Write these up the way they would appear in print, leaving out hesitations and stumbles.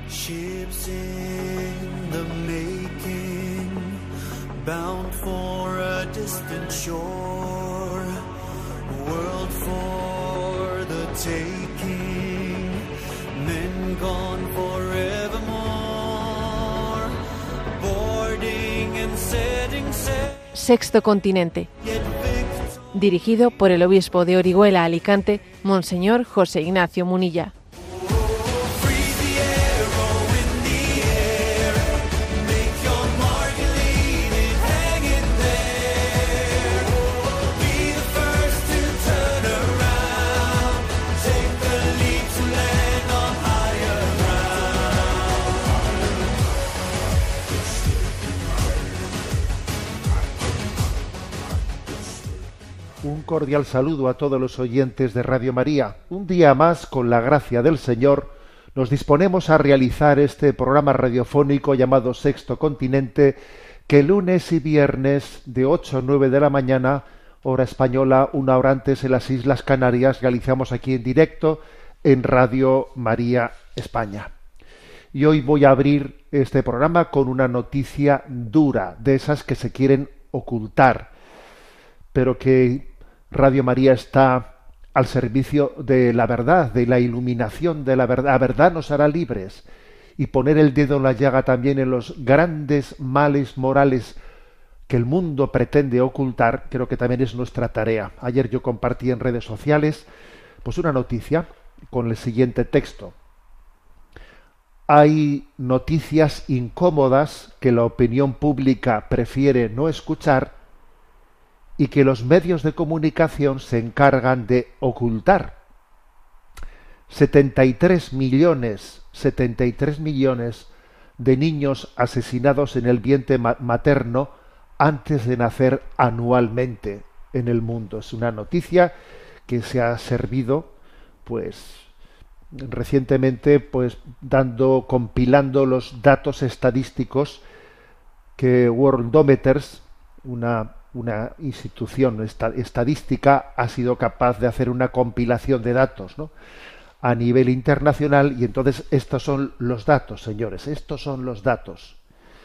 Ships in the making, bound for a distant shore, world for the taking, men gone forevermore, boarding and setting sail. Sexto Continente, dirigido por el obispo de Orihuela, Alicante, Monseñor José Ignacio Munilla. Un cordial saludo a todos los oyentes de Radio María. Un día más, con la gracia del Señor, nos disponemos a realizar este programa radiofónico llamado Sexto Continente, que lunes y viernes de 8 a 9 de la mañana, hora española, una hora antes en las Islas Canarias, realizamos aquí en directo en Radio María España. Y hoy voy a abrir este programa con una noticia dura, de esas que se quieren ocultar, pero que Radio María está al servicio de la verdad, de la iluminación de la verdad. La verdad nos hará libres. Y poner el dedo en la llaga también en los grandes males morales que el mundo pretende ocultar, creo que también es nuestra tarea. Ayer yo compartí en redes sociales pues una noticia con el siguiente texto. Hay noticias incómodas que la opinión pública prefiere no escuchar y que los medios de comunicación se encargan de ocultar. 73 millones de niños asesinados en el vientre materno antes de nacer anualmente en el mundo. Es una noticia que se ha servido, pues, recientemente, pues, compilando los datos estadísticos que Worldometers, una institución estadística, ha sido capaz de hacer una compilación de datos, ¿no?, a nivel internacional, y entonces estos son los datos, señores, estos son los datos.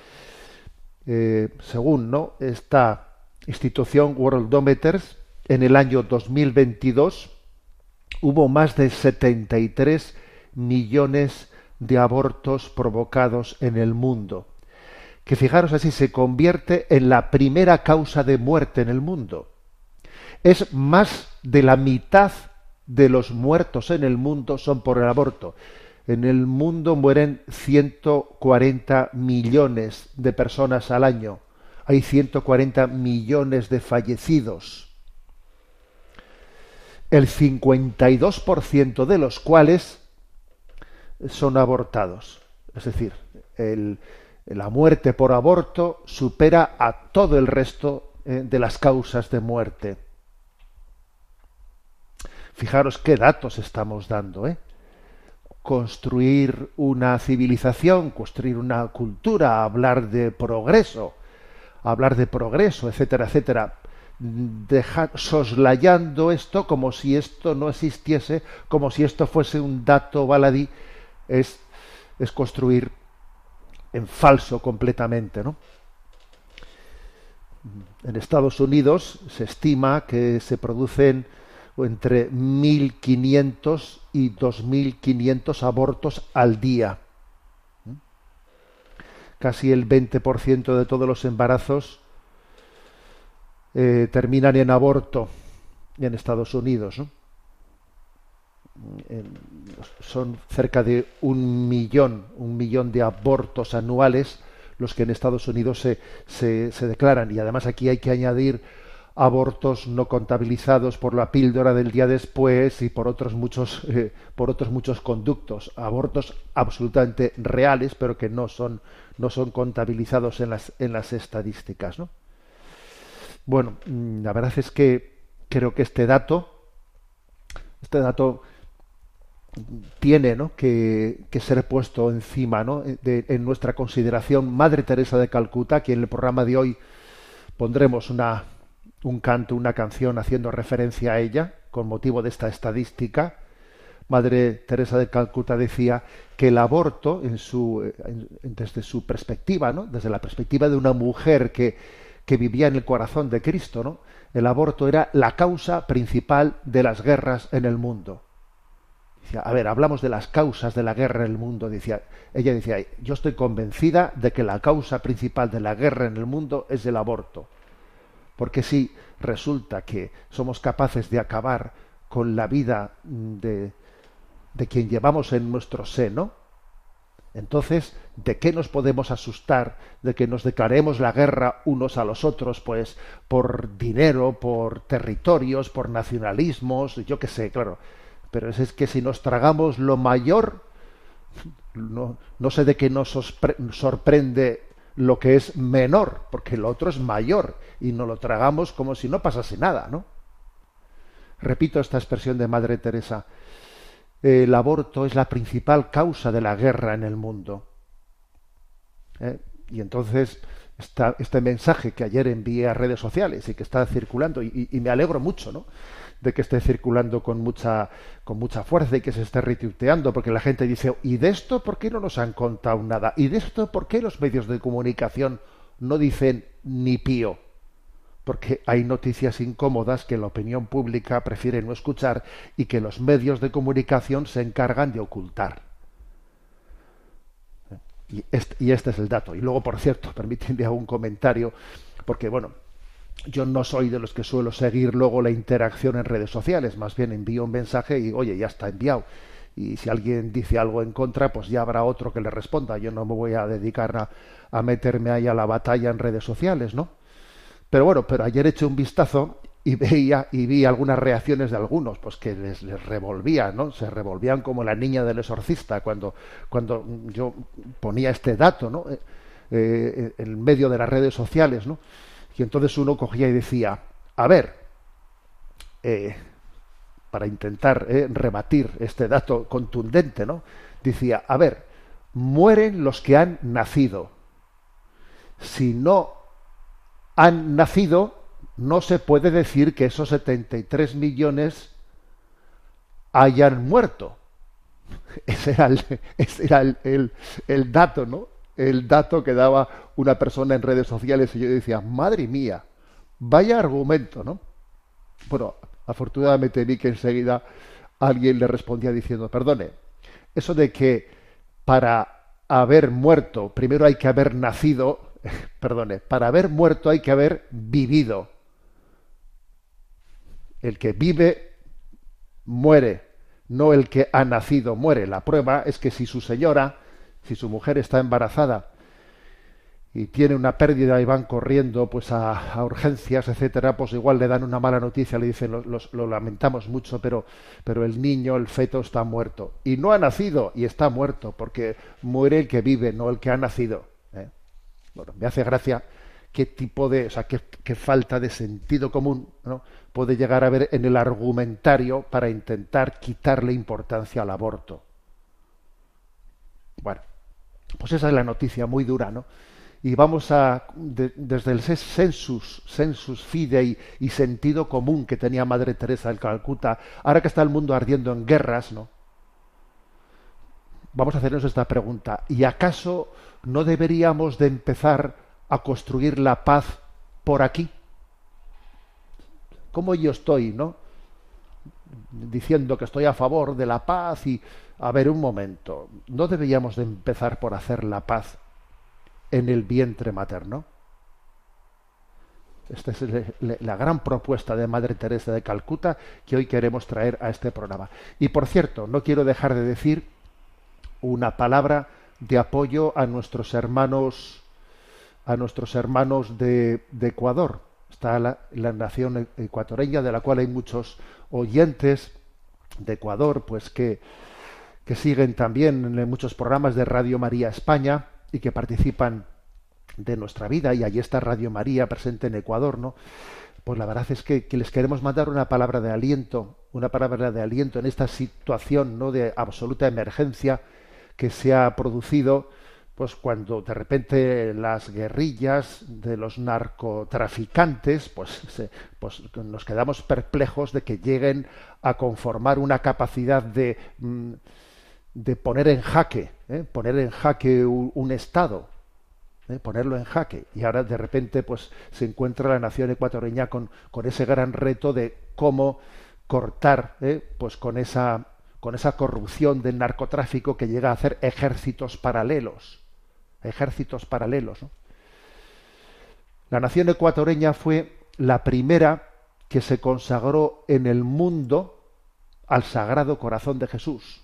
Según, ¿no?, esta institución Worldometers, en el año 2022 hubo más de 73 millones de abortos provocados en el mundo, que, fijaros, así se convierte en la primera causa de muerte en el mundo. Es más de la mitad de los muertos en el mundo son por el aborto. En el mundo mueren 140 millones de personas al año. Hay 140 millones de fallecidos. El 52% de los cuales son abortados. Es decir, la muerte por aborto supera a todo el resto de las causas de muerte. Fijaros qué datos estamos dando, ¿eh? Construir una civilización, construir una cultura, hablar de progreso, etcétera, etcétera. Soslayando esto como si esto no existiese, como si esto fuese un dato baladí, es construir en falso completamente, ¿no? En Estados Unidos se estima que se producen entre 1.500 y 2.500 abortos al día. Casi el 20% de todos los embarazos terminan en aborto en Estados Unidos, ¿no? Son cerca de un millón de abortos anuales los que en Estados Unidos se declaran, y además aquí hay que añadir abortos no contabilizados por la píldora del día después y por otros muchos conductos, abortos absolutamente reales pero que no son contabilizados en las estadísticas, ¿no? Bueno, la verdad es que creo que este dato tiene, ¿no?, que ser puesto encima, ¿no?, en nuestra consideración. Madre Teresa de Calcuta, aquí en el programa de hoy pondremos un canto, una canción haciendo referencia a ella con motivo de esta estadística, Madre Teresa de Calcuta decía que el aborto, desde su perspectiva, ¿no? Desde la perspectiva de una mujer que vivía en el corazón de Cristo, ¿no? El aborto era la causa principal de las guerras en el mundo. Decía, a ver, hablamos de las causas de la guerra en el mundo. Ella decía, yo estoy convencida de que la causa principal de la guerra en el mundo es el aborto. Porque si resulta que somos capaces de acabar con la vida de quien llevamos en nuestro seno, entonces, ¿de qué nos podemos asustar de que nos declaremos la guerra unos a los otros, pues por dinero, por territorios, por nacionalismos, yo qué sé, claro? Pero es que si nos tragamos lo mayor, no sé de qué nos sorprende lo que es menor, porque lo otro es mayor, y nos lo tragamos como si no pasase nada, ¿no? Repito esta expresión de Madre Teresa. El aborto es la principal causa de la guerra en el mundo. Y entonces este mensaje que ayer envié a redes sociales y que está circulando, y me alegro mucho, ¿no?, de que esté circulando con mucha fuerza y que se esté retuiteando, porque la gente dice, ¿y de esto por qué no nos han contado nada? ¿Y de esto por qué los medios de comunicación no dicen ni pío? Porque hay noticias incómodas que la opinión pública prefiere no escuchar y que los medios de comunicación se encargan de ocultar. Y este es el dato. Y luego, por cierto, permítanme un comentario, porque bueno, yo no soy de los que suelo seguir luego la interacción en redes sociales, más bien envío un mensaje y, oye, ya está enviado. Y si alguien dice algo en contra, pues ya habrá otro que le responda. Yo no me voy a dedicar a meterme ahí a la batalla en redes sociales, ¿no? Pero bueno, ayer eché un vistazo y vi algunas reacciones de algunos, pues que les revolvía, ¿no? Se revolvían como la niña del exorcista cuando yo ponía este dato, ¿no? En medio de las redes sociales, ¿no? Y entonces uno cogía y decía, a ver, para intentar rebatir este dato contundente, ¿no? Decía, a ver, mueren los que han nacido. Si no han nacido, no se puede decir que esos 73 millones hayan muerto. Ese era el dato, ¿no? El dato que daba una persona en redes sociales y yo decía, madre mía, vaya argumento, ¿no? Bueno, afortunadamente vi que enseguida alguien le respondía diciendo, perdone, eso de que para haber muerto primero hay que haber nacido, para haber muerto hay que haber vivido. El que vive muere, no el que ha nacido muere. La prueba es que si su mujer está embarazada y tiene una pérdida y van corriendo pues a urgencias, etcétera, pues igual le dan una mala noticia, le dicen lo lamentamos mucho, pero el niño, el feto está muerto. Y no ha nacido y está muerto, porque muere el que vive, no el que ha nacido. Bueno, me hace gracia qué tipo de, qué falta de sentido común, ¿no?, puede llegar a haber en el argumentario para intentar quitarle importancia al aborto. Bueno, pues esa es la noticia muy dura, ¿no? Y vamos desde el sensus fidei y sentido común que tenía Madre Teresa de Calcuta, ahora que está el mundo ardiendo en guerras, ¿no?, vamos a hacernos esta pregunta. ¿Y acaso no deberíamos de empezar a construir la paz por aquí? ¿Cómo yo estoy, no?, diciendo que estoy a favor de la paz y, a ver, un momento, ¿no deberíamos de empezar por hacer la paz en el vientre materno? Esta es la gran propuesta de Madre Teresa de Calcuta que hoy queremos traer a este programa. Y por cierto, no quiero dejar de decir una palabra de apoyo a nuestros hermanos de Ecuador. Está la nación ecuatoriana, de la cual hay muchos oyentes de Ecuador, pues que siguen también en muchos programas de Radio María España y que participan de nuestra vida, y allí está Radio María presente en Ecuador, ¿no? Pues la verdad es que les queremos mandar una palabra de aliento en esta situación, ¿no?, de absoluta emergencia que se ha producido pues cuando de repente las guerrillas de los narcotraficantes, pues nos quedamos perplejos de que lleguen a conformar una capacidad de poner en jaque un Estado, ponerlo en jaque. Y ahora de repente pues se encuentra la nación ecuatoriana con ese gran reto de cómo cortar pues con esa corrupción del narcotráfico que llega a hacer ejércitos paralelos, ¿no? La nación ecuatoriana fue la primera que se consagró en el mundo al Sagrado Corazón de Jesús.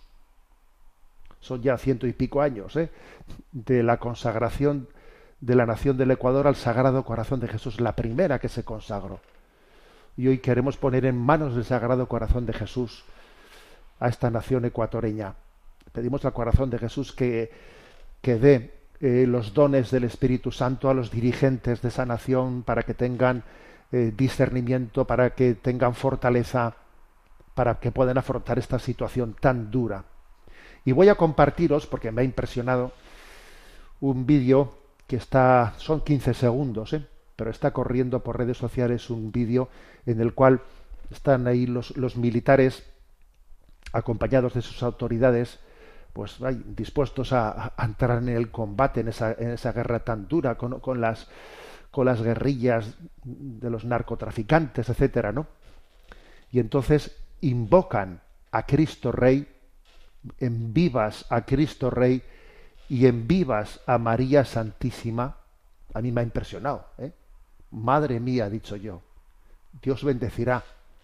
Son ya 100 y pico años de la consagración de la nación del Ecuador al Sagrado Corazón de Jesús, la primera que se consagró. Y hoy queremos poner en manos del Sagrado Corazón de Jesús a esta nación ecuatoriana. Pedimos al Corazón de Jesús que dé los dones del Espíritu Santo a los dirigentes de esa nación para que tengan discernimiento, para que tengan fortaleza, para que puedan afrontar esta situación tan dura. Y voy a compartiros, porque me ha impresionado, un vídeo que son 15 segundos, pero está corriendo por redes sociales un vídeo en el cual están ahí los militares acompañados de sus autoridades, pues dispuestos a entrar en el combate, en esa guerra tan dura con las guerrillas de los narcotraficantes, etcétera, ¿no? Y entonces invocan a Cristo Rey, en vivas a Cristo Rey y en vivas a María Santísima. A mí me ha impresionado, Madre mía, he dicho yo. Dios bendecirá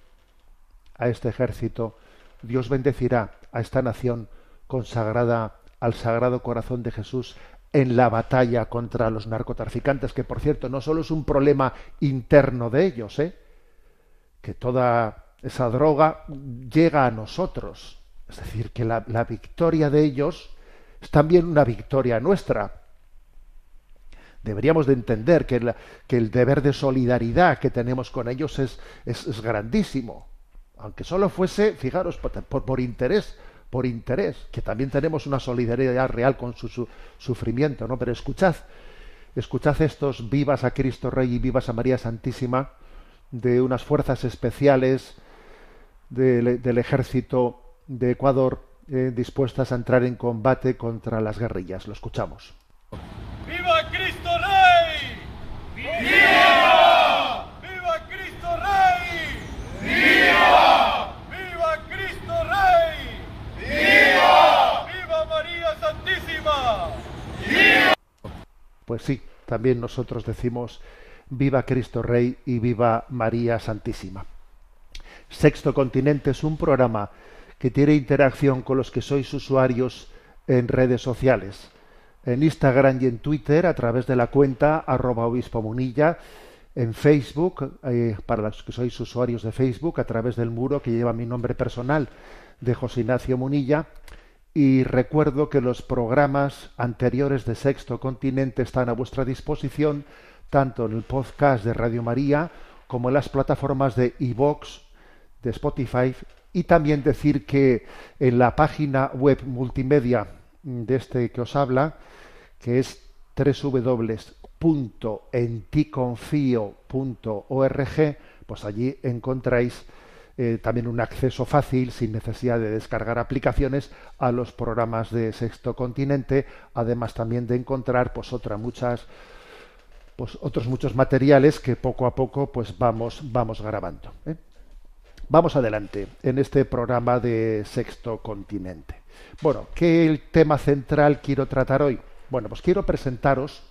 a este ejército, Dios bendecirá a esta nación consagrada al Sagrado Corazón de Jesús en la batalla contra los narcotraficantes, que por cierto no solo es un problema interno de ellos, que toda esa droga llega a nosotros. Es decir, que la victoria de ellos es también una victoria nuestra. Deberíamos de entender que el deber de solidaridad que tenemos con ellos es grandísimo. Aunque solo fuese, fijaros, por interés, que también tenemos una solidaridad real con su sufrimiento, ¿no? Pero escuchad estos vivas a Cristo Rey y vivas a María Santísima de unas fuerzas especiales del ejército de Ecuador dispuestas a entrar en combate contra las guerrillas. Lo escuchamos. ¡Viva Cristo Rey! ¡Viva! ¡Viva Cristo Rey! ¡Viva! ¡Viva Cristo Rey! ¡Viva! ¡Viva María Santísima! ¡Viva! Pues sí, también nosotros decimos viva Cristo Rey y viva María Santísima. Sexto Continente es un programa que tiene interacción con los que sois usuarios en redes sociales, en Instagram y en Twitter a través de la cuenta @obispomunilla, en Facebook, para los que sois usuarios de Facebook, a través del muro que lleva mi nombre personal de José Ignacio Munilla. Y recuerdo que los programas anteriores de Sexto Continente están a vuestra disposición tanto en el podcast de Radio María como en las plataformas de iVoox, de Spotify, y también decir que en la página web multimedia de este que os habla, que es www.enticonfio.org, pues allí encontráis también un acceso fácil, sin necesidad de descargar aplicaciones, a los programas de Sexto Continente, además también de encontrar otros muchos materiales que poco a poco pues vamos grabando. Vamos adelante en este programa de Sexto Continente. Bueno, ¿qué tema central quiero tratar hoy? Bueno, pues quiero presentaros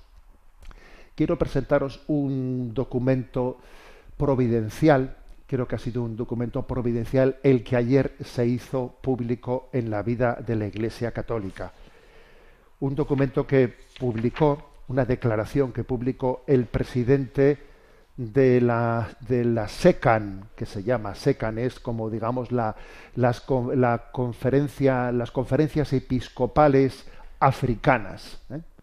un documento providencial. Creo que ha sido un documento providencial el que ayer se hizo público en la vida de la Iglesia Católica. Un documento que publicó, una declaración que publicó el presidente de la SECAN, que se llama SECAN, es como digamos las conferencias episcopales africanas.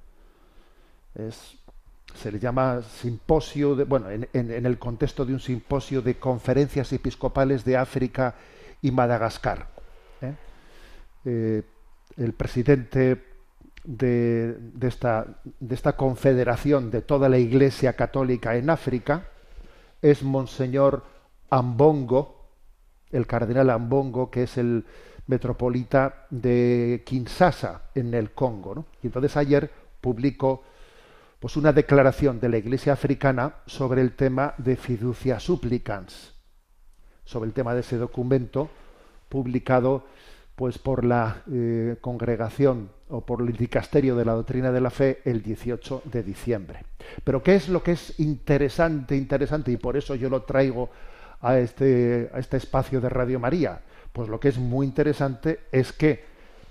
Se le llama simposio, en el contexto de un simposio de conferencias episcopales de África y Madagascar. El presidente de esta confederación de toda la Iglesia católica en África es Monseñor Ambongo, el cardenal Ambongo, que es el metropolita de Kinshasa, en el Congo, ¿no? Y entonces ayer publicó pues una declaración de la Iglesia africana sobre el tema de Fiducia Supplicans, sobre el tema de ese documento publicado pues por la congregación o por el dicasterio de la doctrina de la fe el 18 de diciembre. Pero ¿qué es lo que es interesante, y por eso yo lo traigo a este espacio de Radio María? Pues lo que es muy interesante es que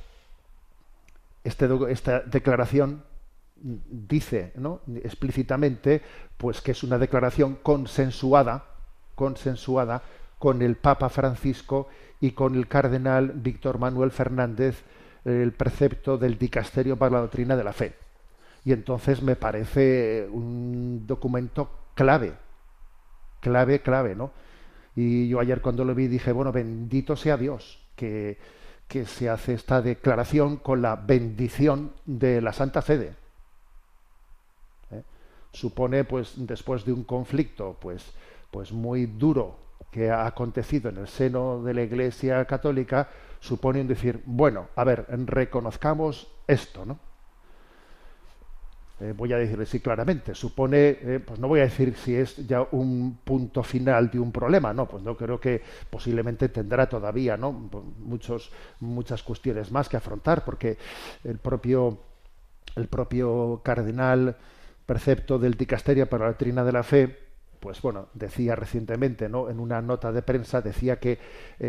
esta declaración dice, ¿no?, explícitamente, pues que es una declaración consensuada con el Papa Francisco y con el cardenal Víctor Manuel Fernández, el precepto del dicasterio para la doctrina de la fe. Y entonces me parece un documento clave, ¿no? Y yo ayer cuando lo vi dije, bueno, bendito sea Dios que se hace esta declaración con la bendición de la Santa Sede. Supone, pues, después de un conflicto pues muy duro que ha acontecido en el seno de la Iglesia católica, supone un decir, bueno, a ver, reconozcamos esto, ¿no? Voy a decirlo así claramente, supone, pues no voy a decir si es ya un punto final de un problema, no, pues no, creo que posiblemente tendrá todavía, ¿no?, muchas cuestiones más que afrontar, porque el propio cardenal precepto del dicasterio para la doctrina de la fe, pues bueno, decía recientemente, ¿no?, en una nota de prensa, decía que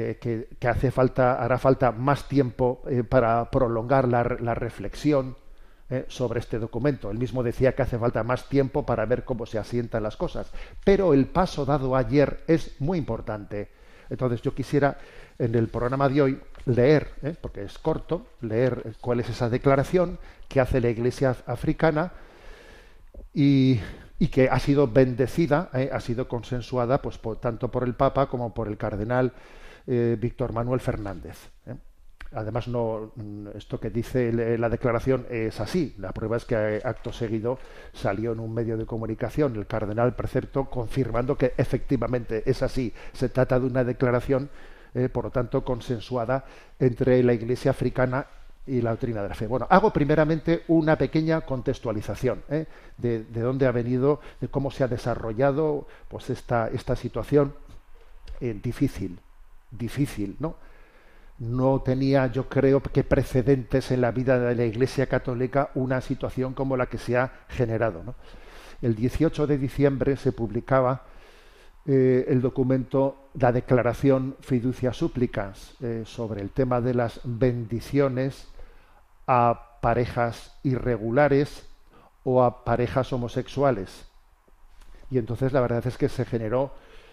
hará falta más tiempo para prolongar la reflexión sobre este documento. Él mismo decía que hace falta más tiempo para ver cómo se asientan las cosas. Pero el paso dado ayer es muy importante. Entonces yo quisiera, en el programa de hoy, leer, porque es corto, leer cuál es esa declaración que hace la Iglesia africana y que ha sido bendecida, ha sido consensuada pues tanto por el Papa como por el cardenal Víctor Manuel Fernández. Además, no, esto que dice la declaración es así. La prueba es que acto seguido salió en un medio de comunicación el cardenal precepto confirmando que efectivamente es así. Se trata de una declaración, por lo tanto, consensuada entre la Iglesia africana y la doctrina de la fe. Bueno, hago primeramente una pequeña contextualización de dónde ha venido, de cómo se ha desarrollado pues esta situación difícil, ¿no? No tenía, yo creo, que precedentes en la vida de la Iglesia católica una situación como la que se ha generado, ¿no? El 18 de diciembre se publicaba el documento, la declaración Fiducia Supplicans, sobre el tema de las bendiciones a parejas irregulares o a parejas homosexuales. Y entonces la verdad es que se generó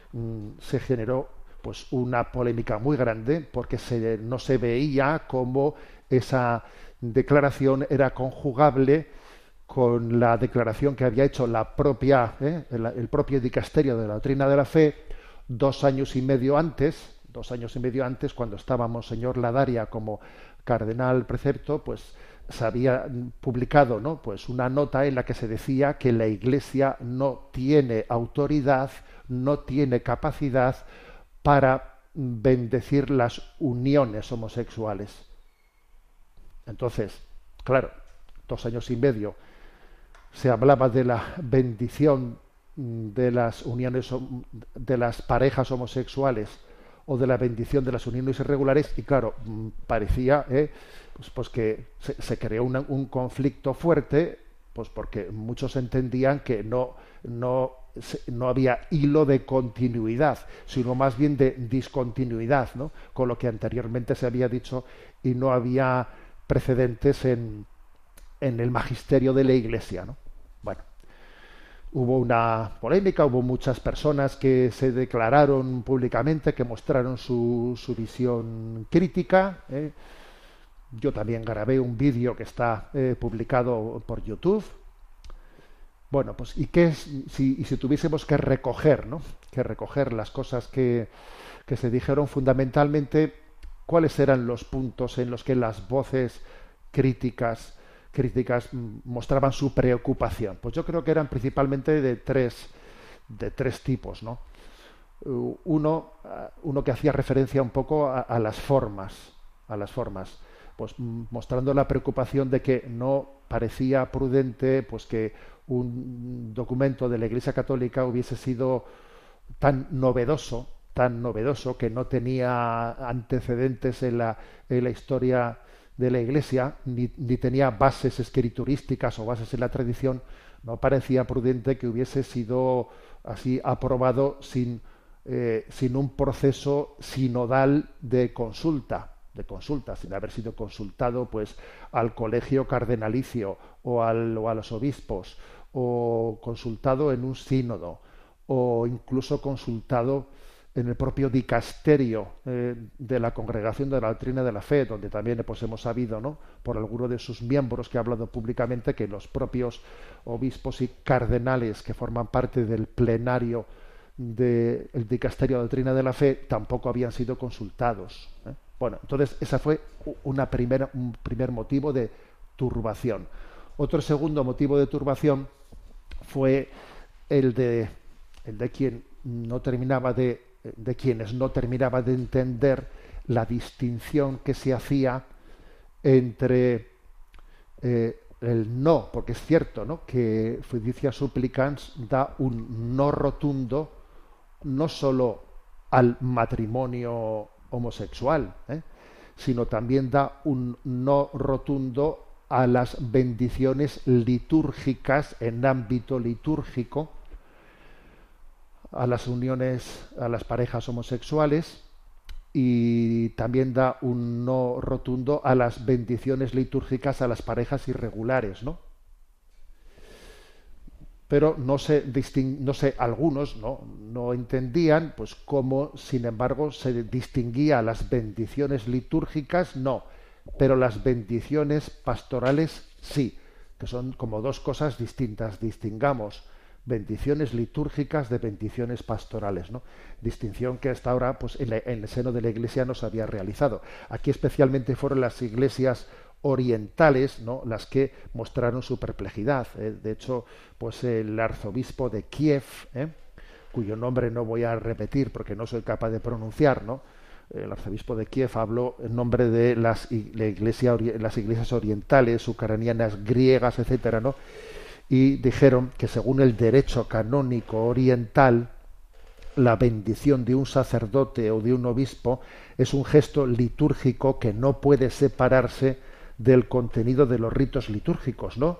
pues una polémica muy grande, porque no se veía cómo esa declaración era conjugable con la declaración que había hecho el propio dicasterio de la doctrina de la fe 2 años y medio antes, cuando estaba Monseñor Ladaria como cardenal precepto, pues se había publicado, ¿no?, pues una nota en la que se decía que la Iglesia no tiene autoridad, no tiene capacidad para bendecir las uniones homosexuales. Entonces, claro, 2 años y medio se hablaba de la bendición de las uniones, de las parejas homosexuales, o de la bendición de las uniones irregulares, y claro, parecía pues que se creó un conflicto fuerte, pues porque muchos entendían que no había hilo de continuidad, sino más bien de discontinuidad, ¿no?, con lo que anteriormente se había dicho, y no había precedentes en el magisterio de la Iglesia, ¿no? Bueno, hubo una polémica, hubo muchas personas que se declararon públicamente, que mostraron su visión crítica. Yo también grabé un vídeo que está publicado por YouTube. Bueno, pues ¿y qué es si tuviésemos que recoger, ¿no?, que recoger las cosas que se dijeron fundamentalmente? ¿Cuáles eran los puntos en los que las voces críticas críticas mostraban su preocupación? Pues yo creo que eran principalmente de tres tipos, ¿no? Uno que hacía referencia un poco a las formas, pues mostrando la preocupación de que no parecía prudente pues que un documento de la Iglesia Católica hubiese sido tan novedoso que no tenía antecedentes en la historia de la Iglesia, ni tenía bases escriturísticas o bases en la tradición. No parecía prudente que hubiese sido así aprobado sin un proceso sinodal de consulta, sin haber sido consultado pues al colegio cardenalicio o a los obispos, o consultado en un sínodo, o incluso consultado en el propio dicasterio de la Congregación de la Doctrina de la Fe, donde también pues hemos sabido, ¿no?, por alguno de sus miembros que ha hablado públicamente, que los propios obispos y cardenales que forman parte del plenario del dicasterio de la Doctrina de la Fe tampoco habían sido consultados. Bueno, entonces esa fue un primer motivo de turbación. Otro segundo motivo de turbación fue el de quienes no terminaba de entender la distinción que se hacía entre el no, porque es cierto, ¿no?, que Fiducia Supplicans da un no rotundo no solo al matrimonio homosexual, sino también da un no rotundo a las bendiciones litúrgicas en ámbito litúrgico, a las uniones, a las parejas homosexuales, y también da un no rotundo a las bendiciones litúrgicas a las parejas irregulares, ¿no? Pero algunos no entendían pues cómo, sin embargo, se distinguía las bendiciones litúrgicas, no, pero las bendiciones pastorales sí, que son como dos cosas distintas. Distingamos bendiciones litúrgicas de bendiciones pastorales, ¿no? Distinción que hasta ahora pues en el seno de la Iglesia no se había realizado. Aquí especialmente fueron las iglesias orientales, ¿no?, las que mostraron su perplejidad. De hecho, pues el arzobispo de Kiev, cuyo nombre no voy a repetir porque no soy capaz de pronunciar, ¿no?, el arzobispo de Kiev habló en nombre de las iglesias orientales, ucranianas, griegas, etcétera, ¿no?, y dijeron que según el derecho canónico oriental, la bendición de un sacerdote o de un obispo es un gesto litúrgico que no puede separarse del contenido de los ritos litúrgicos, ¿no?,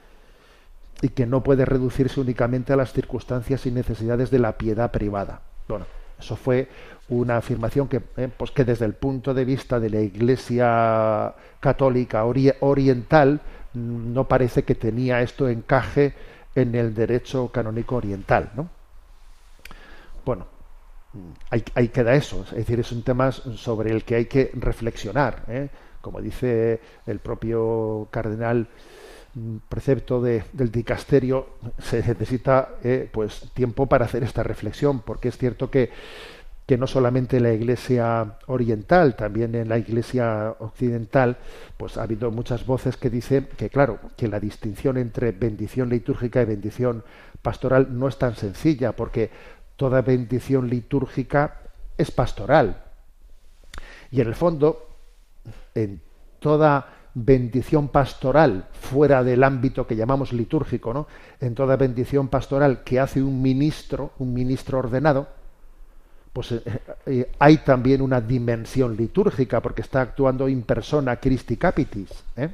y que no puede reducirse únicamente a las circunstancias y necesidades de la piedad privada. Bueno, eso fue una afirmación que desde el punto de vista de la Iglesia católica oriental no parece que tenía esto encaje en el derecho canónico oriental, ¿no? Bueno, ahí queda eso. Es decir, es un tema sobre el que hay que reflexionar, Como dice el propio cardenal precepto del dicasterio, se necesita pues tiempo para hacer esta reflexión, porque es cierto que no solamente en la Iglesia oriental, también en la Iglesia occidental, pues ha habido muchas voces que dicen que, claro, que la distinción entre bendición litúrgica y bendición pastoral no es tan sencilla, porque toda bendición litúrgica es pastoral. Y en el fondo, en toda bendición pastoral fuera del ámbito que llamamos litúrgico, ¿no?, en toda bendición pastoral que hace un ministro ordenado, pues hay también una dimensión litúrgica, porque está actuando in persona Christi Capitis,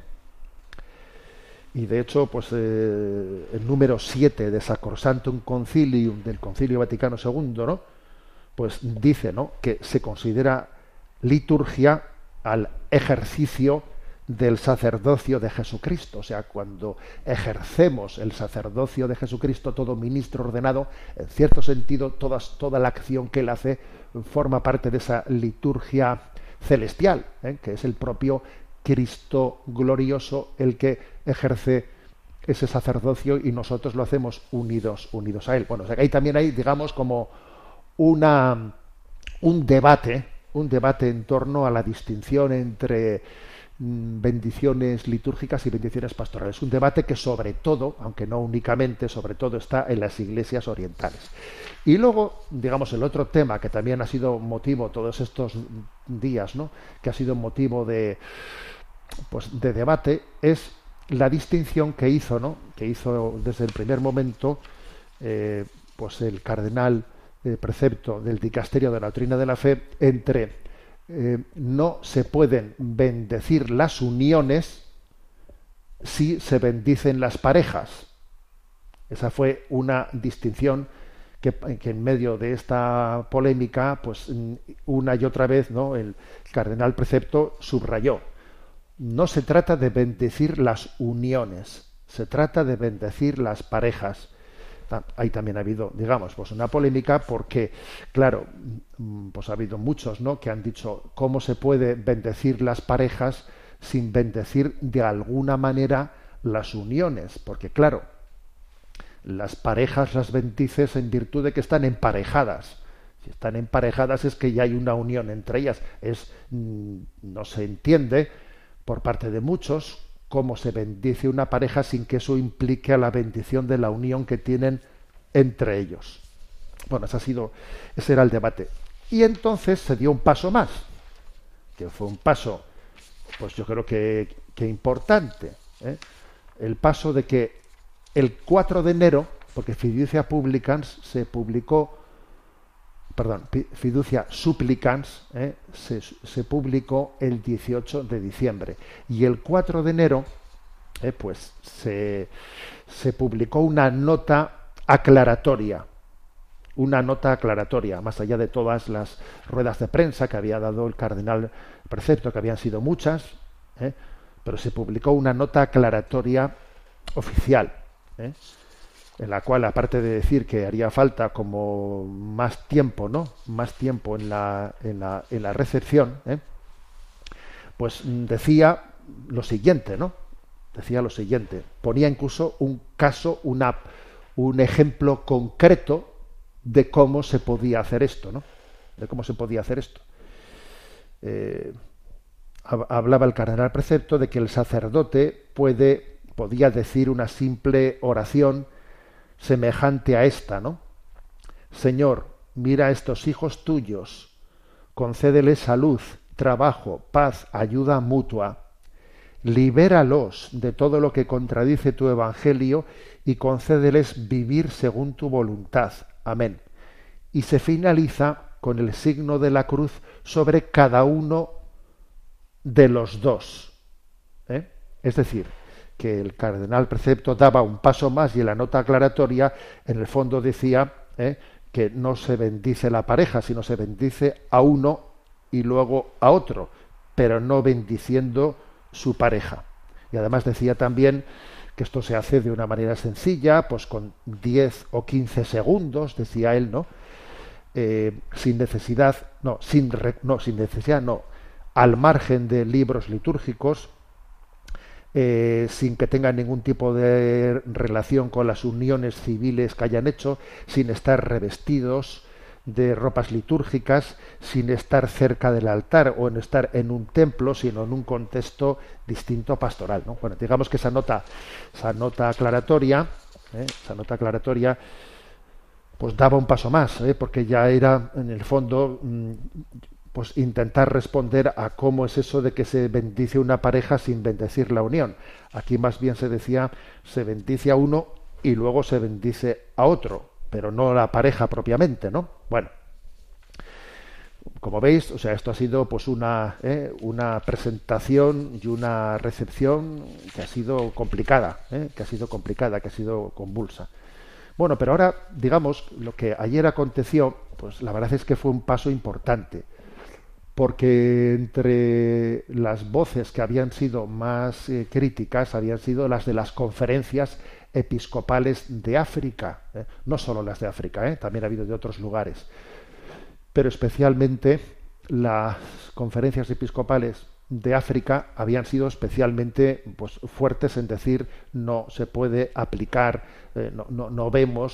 Y de hecho, pues el número 7 de Sacrosanctum Concilium del Concilio Vaticano II, ¿no?, pues dice, ¿no?, que se considera liturgia al ejercicio del sacerdocio de Jesucristo. O sea, cuando ejercemos el sacerdocio de Jesucristo, todo ministro ordenado, en cierto sentido, toda la acción que él hace forma parte de esa liturgia celestial, que es el propio Cristo glorioso el que ejerce ese sacerdocio, y nosotros lo hacemos unidos a él. Bueno, o sea, que ahí también hay, digamos, como un debate en torno a la distinción entre bendiciones litúrgicas y bendiciones pastorales. Un debate que sobre todo, aunque no únicamente, sobre todo está en las iglesias orientales. Y luego, digamos, el otro tema que también ha sido motivo todos estos días, ¿no?, que ha sido motivo de debate, es la distinción que hizo, ¿no?, que hizo desde el primer momento el cardenal precepto del Dicasterio de la Doctrina de la Fe entre no se pueden bendecir las uniones si se bendicen las parejas. Esa fue una distinción que en medio de esta polémica, pues una y otra vez, ¿no?, el cardenal precepto subrayó. No se trata de bendecir las uniones, se trata de bendecir las parejas. Ahí también ha habido, digamos, pues una polémica porque, claro, pues ha habido muchos, ¿no?, que han dicho cómo se puede bendecir las parejas sin bendecir de alguna manera las uniones, porque claro, las parejas las bendices en virtud de que están emparejadas. Si están emparejadas es que ya hay una unión entre ellas. No se entiende por parte de muchos cómo se bendice una pareja sin que eso implique a la bendición de la unión que tienen entre ellos. Bueno, ese era el debate. Y entonces se dio un paso más, que fue un paso, pues yo creo que importante, ¿eh? El paso de que el 4 de enero, porque Fiducia Publicans Fiducia Supplicans se publicó el 18 de diciembre y el 4 de enero pues se publicó una nota aclaratoria, más allá de todas las ruedas de prensa que había dado el cardenal precepto, que habían sido muchas, pero se publicó una nota aclaratoria oficial, en la cual, aparte de decir que haría falta como más tiempo, ¿no?, más tiempo en la recepción, pues decía lo siguiente, ¿no? Decía lo siguiente, ponía incluso un caso, un ejemplo concreto de cómo se podía hacer esto, ¿no? De cómo se podía hacer esto. Hablaba el cardenal precepto de que el sacerdote podía decir una simple oración semejante a esta, ¿no? Señor, mira a estos hijos tuyos, concédeles salud, trabajo, paz, ayuda mutua. Libéralos de todo lo que contradice tu evangelio y concédeles vivir según tu voluntad. Amén. Y se finaliza con el signo de la cruz sobre cada uno de los dos. Es decir, que el cardenal precepto daba un paso más y en la nota aclaratoria en el fondo decía que no se bendice la pareja, sino se bendice a uno y luego a otro, pero no bendiciendo su pareja. Y además decía también que esto se hace de una manera sencilla, pues con 10 o 15 segundos, decía él, ¿no? Sin necesidad, al margen de libros litúrgicos, sin que tengan ningún tipo de relación con las uniones civiles que hayan hecho, sin estar revestidos de ropas litúrgicas, sin estar cerca del altar o en estar en un templo, sino en un contexto distinto pastoral, ¿no? Bueno, digamos que esa nota aclaratoria, pues daba un paso más, porque ya era en el fondo pues intentar responder a cómo es eso de que se bendice una pareja sin bendecir la unión. Aquí más bien se decía, se bendice a uno y luego se bendice a otro, pero no la pareja propiamente, ¿no? Bueno, como veis, o sea, esto ha sido pues una presentación y una recepción que ha sido complicada, que ha sido convulsa. Bueno, pero ahora, digamos, lo que ayer aconteció, pues la verdad es que fue un paso importante, porque entre las voces que habían sido más críticas habían sido las de las conferencias episcopales de África, no solo las de África, también ha habido de otros lugares, pero especialmente las conferencias episcopales de África habían sido especialmente pues fuertes en decir no se puede aplicar, no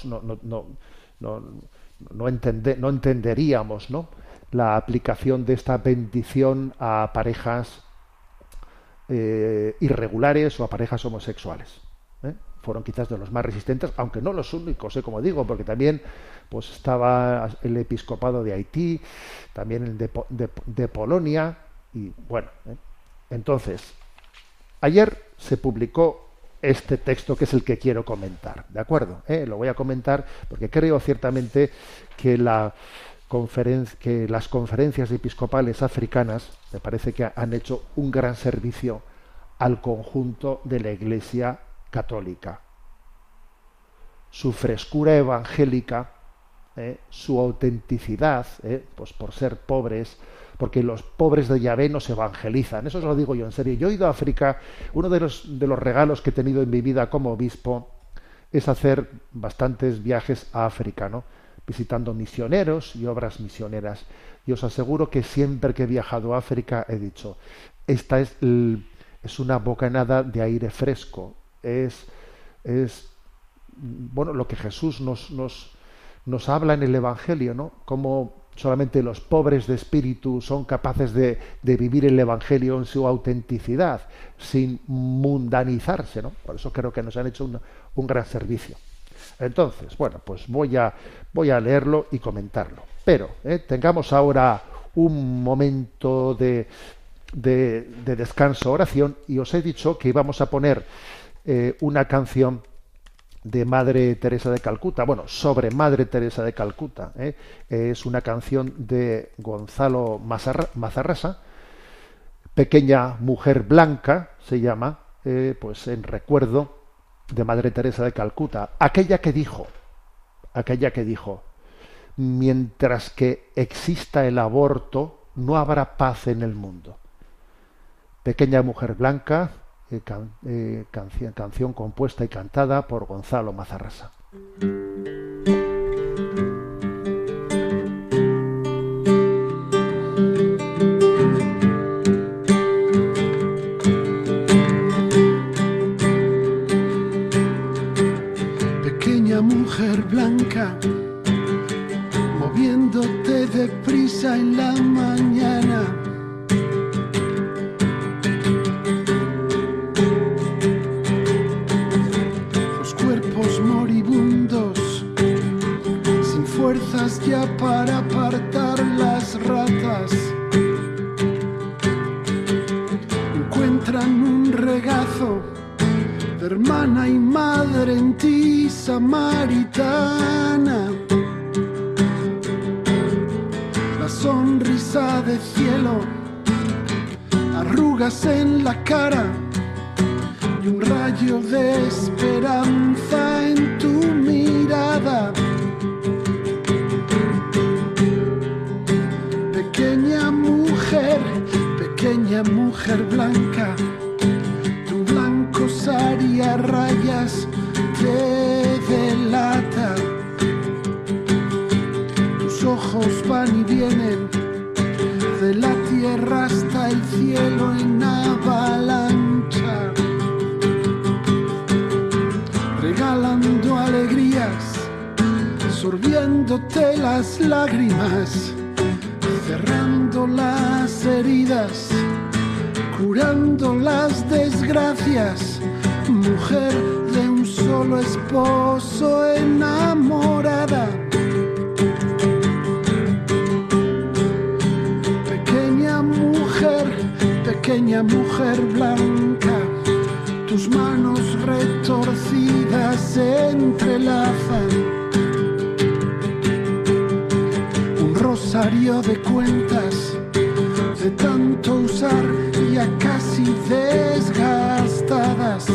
entenderíamos, ¿no?, la aplicación de esta bendición a parejas irregulares o a parejas homosexuales. Fueron quizás de los más resistentes, aunque no los únicos, como digo, porque también pues estaba el episcopado de Haití, también el de Polonia, y bueno, entonces, ayer se publicó este texto que es el que quiero comentar, ¿de acuerdo? Lo voy a comentar porque creo ciertamente que las conferencias episcopales africanas me parece que han hecho un gran servicio al conjunto de la Iglesia católica. Su frescura evangélica, su autenticidad, pues por ser pobres, porque los pobres de Yahvé nos evangelizan. Eso os lo digo yo en serio. Yo he ido a África. Uno de los regalos que he tenido en mi vida como obispo es hacer bastantes viajes a África, ¿no? Visitando misioneros y obras misioneras. Y os aseguro que siempre que he viajado a África he dicho, esta es una bocanada de aire fresco. Es bueno, lo que Jesús nos habla en el Evangelio, ¿no? Cómo solamente los pobres de espíritu son capaces de vivir el Evangelio en su autenticidad, sin mundanizarse, ¿no? Por eso creo que nos han hecho un gran servicio. Entonces, bueno, pues voy a leerlo y comentarlo. Pero tengamos ahora un momento de descanso, oración, y os he dicho que íbamos a poner una canción de Madre Teresa de Calcuta, bueno, sobre Madre Teresa de Calcuta. Es una canción de Gonzalo Mazarrasa, Pequeña Mujer Blanca, se llama, pues en recuerdo de Madre Teresa de Calcuta, aquella que dijo, mientras que exista el aborto, no habrá paz en el mundo. Pequeña Mujer Blanca, canción compuesta y cantada por Gonzalo Mazarrasa. Pequeña mujer blanca, moviéndote deprisa en la mañana, ya para apartar las ratas, encuentran un regazo de hermana y madre en ti, samaritana. La sonrisa de cielo, arrugas en la cara y un rayo de esperanza en tu mirada. Pequeña mujer blanca, tu blanco sari a rayas te delata. Tus ojos van y vienen de la tierra hasta el cielo en avalancha, regalando alegrías, sorbiéndote las lágrimas, cerrando las heridas, curando las desgracias, mujer de un solo esposo enamorada. Pequeña mujer blanca, tus manos retorcidas se entrelazan, un rosario de cuentas de tanto usar ya casi desgastadas.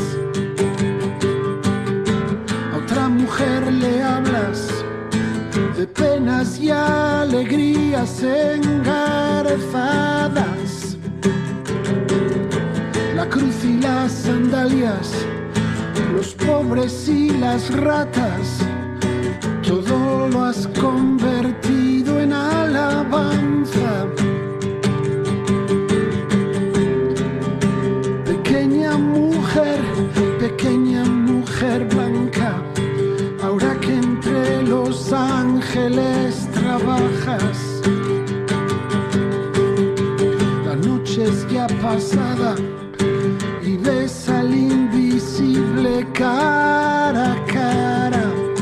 A otra mujer le hablas de penas y alegrías engarzadas. La cruz y las sandalias, los pobres y las ratas, todo lo has convertido en alabanza. Pequeña mujer blanca, ahora que entre los ángeles trabajas, la noche es ya pasada ves al invisible cara a cara.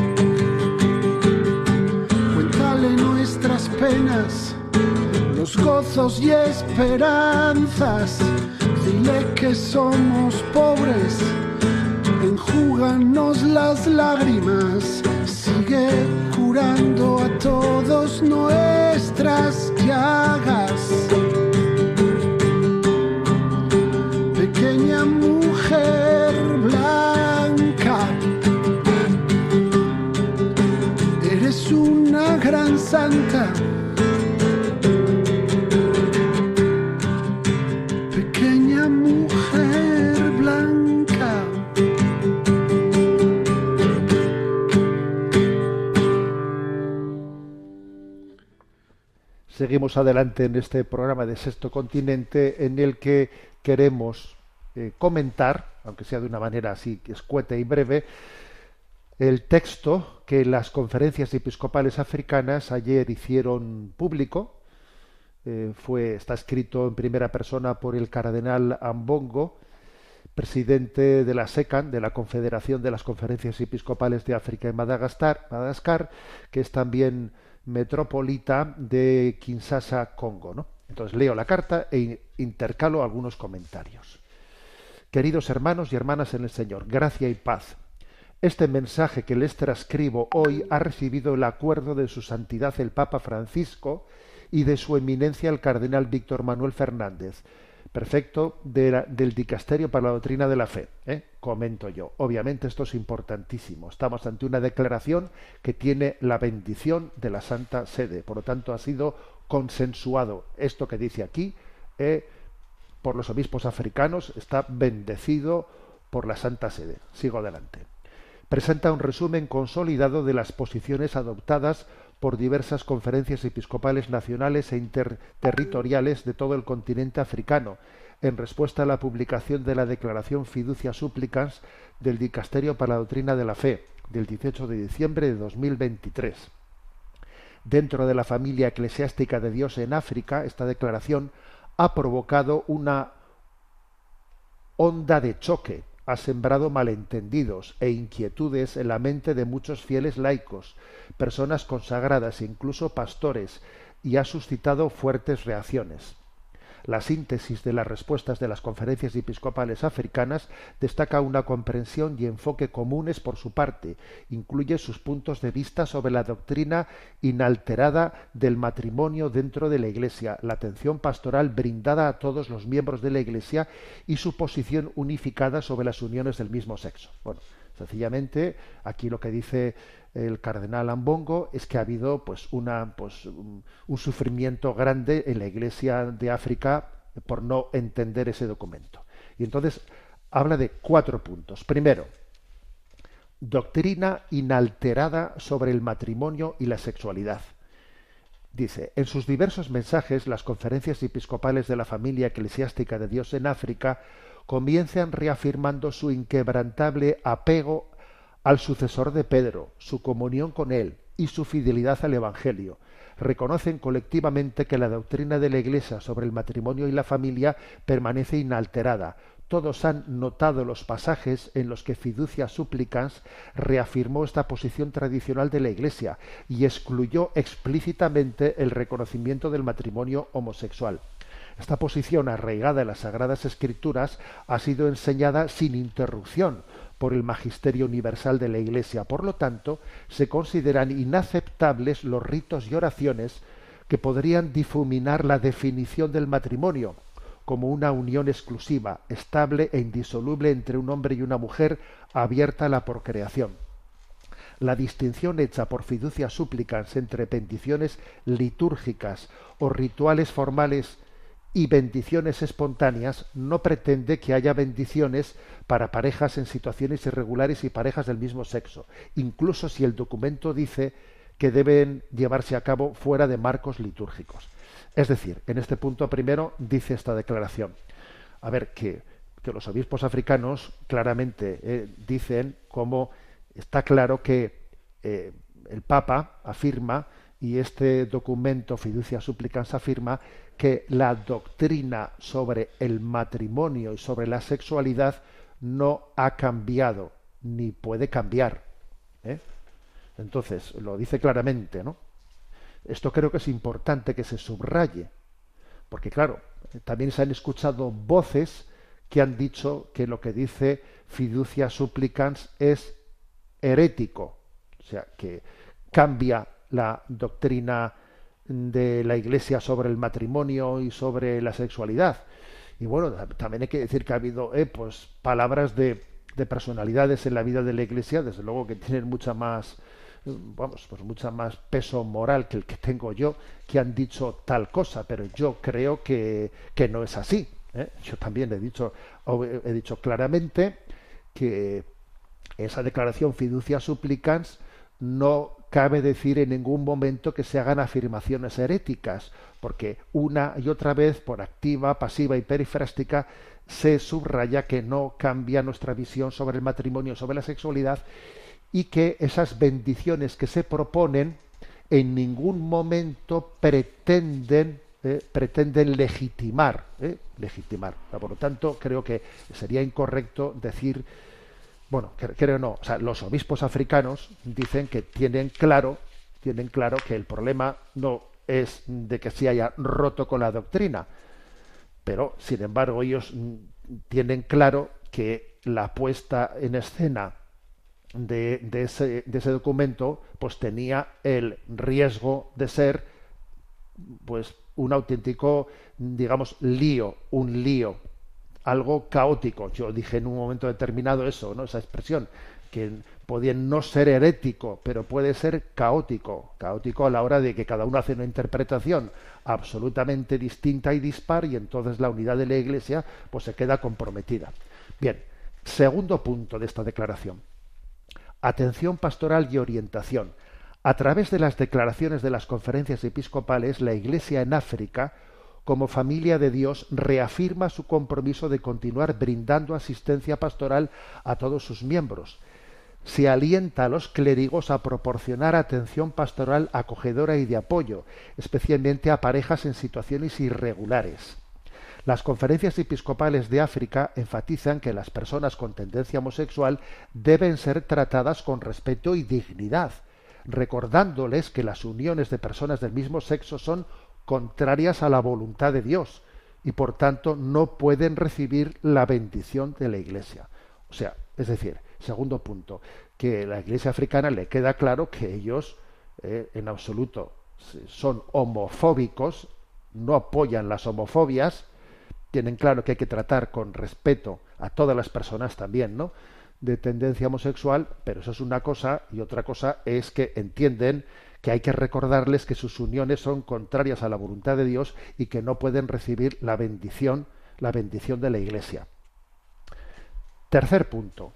Cuéntale nuestras penas, los gozos y esperanzas. Dile que somos pobres, enjúganos las lágrimas. Sigue curando a todos nuestras llagas. Pequeña mujer blanca, eres una gran santa. Pequeña mujer blanca. Seguimos adelante en este programa de Sexto Continente, en el que queremos comentar, aunque sea de una manera así escueta y breve, el texto que las conferencias episcopales africanas ayer hicieron público. Está escrito en primera persona por el cardenal Ambongo, presidente de la SECAN, de la Confederación de las Conferencias Episcopales de África y Madagascar, que es también metropolita de Kinshasa, Congo, ¿no? Entonces leo la carta e intercalo algunos comentarios. Queridos hermanos y hermanas en el Señor, gracia y paz. Este mensaje que les transcribo hoy ha recibido el acuerdo de su santidad el Papa Francisco y de su eminencia el cardenal Víctor Manuel Fernández, prefecto del Dicasterio para la Doctrina de la Fe. Comento yo. Obviamente esto es importantísimo. Estamos ante una declaración que tiene la bendición de la Santa Sede. Por lo tanto, ha sido consensuado. Esto que dice aquí, por los obispos africanos, está bendecido por la Santa Sede. Sigo adelante. Presenta un resumen consolidado de las posiciones adoptadas por diversas conferencias episcopales nacionales e interterritoriales de todo el continente africano, en respuesta a la publicación de la Declaración Fiducia Supplicans del Dicasterio para la Doctrina de la Fe, del 18 de diciembre de 2023. Dentro de la familia eclesiástica de Dios en África, esta declaración ha provocado una onda de choque, ha sembrado malentendidos e inquietudes en la mente de muchos fieles laicos, personas consagradas e incluso pastores, y ha suscitado fuertes reacciones. La síntesis de las respuestas de las conferencias episcopales africanas destaca una comprensión y enfoque comunes por su parte, incluye sus puntos de vista sobre la doctrina inalterada del matrimonio dentro de la Iglesia, la atención pastoral brindada a todos los miembros de la Iglesia y su posición unificada sobre las uniones del mismo sexo. Bueno, sencillamente, aquí lo que dice el cardenal Ambongo es que ha habido un sufrimiento grande en la Iglesia de África por no entender ese documento. Y entonces habla de 4 puntos. Primero, doctrina inalterada sobre el matrimonio y la sexualidad. Dice, en sus diversos mensajes, las conferencias episcopales de la familia eclesiástica de Dios en África comienzan reafirmando su inquebrantable apego al sucesor de Pedro, su comunión con él y su fidelidad al Evangelio. Reconocen colectivamente que la doctrina de la Iglesia sobre el matrimonio y la familia permanece inalterada. Todos han notado los pasajes en los que Fiducia Supplicans reafirmó esta posición tradicional de la Iglesia y excluyó explícitamente el reconocimiento del matrimonio homosexual. Esta posición arraigada en las Sagradas Escrituras ha sido enseñada sin interrupción por el Magisterio Universal de la Iglesia. Por lo tanto, se consideran inaceptables los ritos y oraciones que podrían difuminar la definición del matrimonio como una unión exclusiva, estable e indisoluble entre un hombre y una mujer abierta a la procreación. La distinción hecha por Fiducia Supplicans entre bendiciones litúrgicas o rituales formales y bendiciones espontáneas no pretende que haya bendiciones para parejas en situaciones irregulares y parejas del mismo sexo, incluso si el documento dice que deben llevarse a cabo fuera de marcos litúrgicos. Es decir, en este punto primero dice esta declaración. A ver, que los obispos africanos claramente dicen cómo está claro que el Papa afirma y este documento Fiducia Supplicans afirma que la doctrina sobre el matrimonio y sobre la sexualidad no ha cambiado ni puede cambiar, ¿eh? Entonces, lo dice claramente, ¿no? Esto creo que es importante que se subraye, porque claro, también se han escuchado voces que han dicho que lo que dice Fiducia Supplicans es herético, o sea, que cambia la doctrina de la Iglesia sobre el matrimonio y sobre la sexualidad. Y bueno, también hay que decir que ha habido pues palabras de personalidades en la vida de la Iglesia, desde luego que tienen mucha más mucha más peso moral que el que tengo yo, que han dicho tal cosa, pero yo creo que no es así, ¿eh? Yo también he dicho claramente que esa declaración Fiducia Supplicans no cabe decir en ningún momento que se hagan afirmaciones heréticas, porque una y otra vez, por activa, pasiva y perifrástica, se subraya que no cambia nuestra visión sobre el matrimonio, sobre la sexualidad, y que esas bendiciones que se proponen en ningún momento pretenden legitimar. Por lo tanto, creo que sería incorrecto decir, bueno, creo no, o sea, los obispos africanos dicen que tienen claro que el problema no es de que se haya roto con la doctrina, pero sin embargo ellos tienen claro que la puesta en escena de ese documento pues tenía el riesgo de ser pues un auténtico, digamos, un lío, algo caótico. Yo dije en un momento determinado eso, ¿no? Esa expresión, que podía no ser herético, pero puede ser caótico a la hora de que cada uno hace una interpretación absolutamente distinta y dispar, y entonces la unidad de la Iglesia pues se queda comprometida. Bien, segundo punto de esta declaración. Atención pastoral y orientación. A través de las declaraciones de las conferencias episcopales, la Iglesia en África, como familia de Dios, reafirma su compromiso de continuar brindando asistencia pastoral a todos sus miembros. Se alienta a los clérigos a proporcionar atención pastoral acogedora y de apoyo, especialmente a parejas en situaciones irregulares. Las conferencias episcopales de África enfatizan que las personas con tendencia homosexual deben ser tratadas con respeto y dignidad, recordándoles que las uniones de personas del mismo sexo son contrarias a la voluntad de Dios y por tanto no pueden recibir la bendición de la Iglesia. O sea, es decir, segundo punto, que a la Iglesia africana le queda claro que ellos en absoluto son homofóbicos, no apoyan las homofobias, tienen claro que hay que tratar con respeto a todas las personas también, ¿no?, de tendencia homosexual, pero eso es una cosa, y otra cosa es que entienden que hay que recordarles que sus uniones son contrarias a la voluntad de Dios y que no pueden recibir la bendición de la Iglesia. Tercer punto.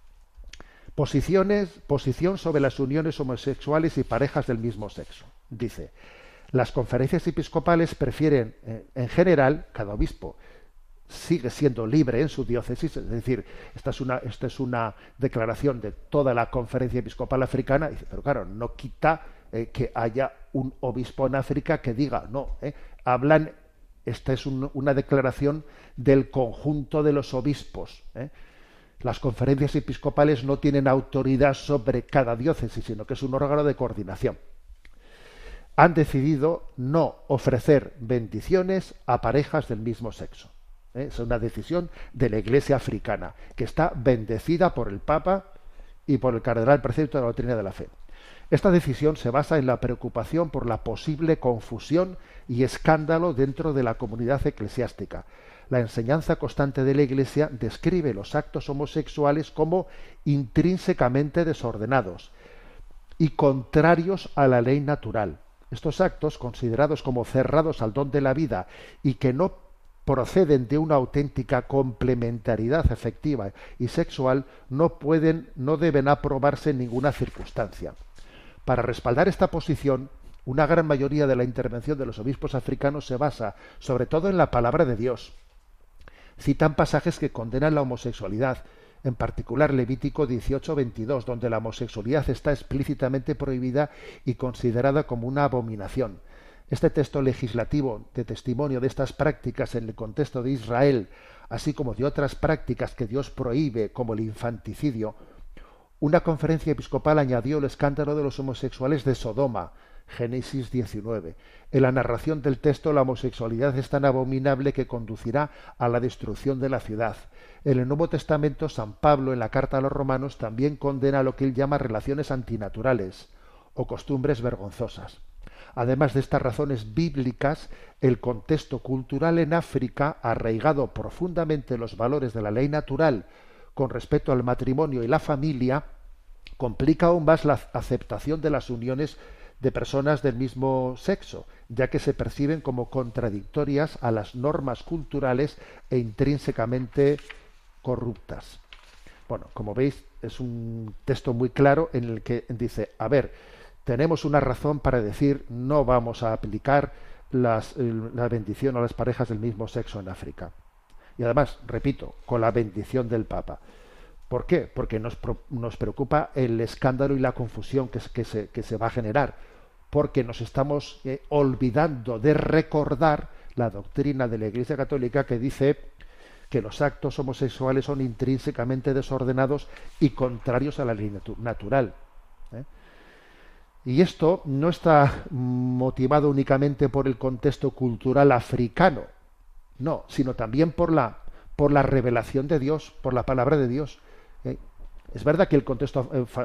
Posición sobre las uniones homosexuales y parejas del mismo sexo. Dice: las conferencias episcopales prefieren, en general, cada obispo sigue siendo libre en su diócesis, es decir, esta es una declaración de toda la conferencia episcopal africana, pero claro, no quita que haya un obispo en África que diga, no, esta es una declaración del conjunto de los obispos. Las conferencias episcopales no tienen autoridad sobre cada diócesis, sino que es un órgano de coordinación. Han decidido no ofrecer bendiciones a parejas del mismo sexo. Es una decisión de la Iglesia africana, que está bendecida por el Papa y por el cardenal precepto de la doctrina de la fe. Esta decisión se basa en la preocupación por la posible confusión y escándalo dentro de la comunidad eclesiástica. La enseñanza constante de la Iglesia describe los actos homosexuales como intrínsecamente desordenados y contrarios a la ley natural. Estos actos, considerados como cerrados al don de la vida y que no proceden de una auténtica complementariedad afectiva y sexual, no deben aprobarse en ninguna circunstancia. Para respaldar esta posición, una gran mayoría de la intervención de los obispos africanos se basa sobre todo en la palabra de Dios. Citan pasajes que condenan la homosexualidad, en particular Levítico 18:22, donde la homosexualidad está explícitamente prohibida y considerada como una abominación. Este texto legislativo de testimonio de estas prácticas en el contexto de Israel, así como de otras prácticas que Dios prohíbe, como el infanticidio, una conferencia episcopal añadió el escándalo de los homosexuales de Sodoma, Génesis 19. En la narración del texto, la homosexualidad es tan abominable que conducirá a la destrucción de la ciudad. En el Nuevo Testamento, San Pablo, en la carta a los Romanos, también condena lo que él llama relaciones antinaturales o costumbres vergonzosas. Además de estas razones bíblicas, el contexto cultural en África, arraigado profundamente en los valores de la ley natural con respecto al matrimonio y la familia, complica aún más la aceptación de las uniones de personas del mismo sexo, ya que se perciben como contradictorias a las normas culturales e intrínsecamente corruptas. Bueno, como veis, es un texto muy claro en el que dice, a ver, tenemos una razón para decir no vamos a aplicar la bendición a las parejas del mismo sexo en África. Y además, repito, con la bendición del Papa. ¿Por qué? Porque nos preocupa el escándalo y la confusión que se va a generar, porque nos estamos olvidando de recordar la doctrina de la Iglesia Católica que dice que los actos homosexuales son intrínsecamente desordenados y contrarios a la ley natural. Y esto no está motivado únicamente por el contexto cultural africano, no, sino también por la revelación de Dios, por la palabra de Dios. Es verdad que el contexto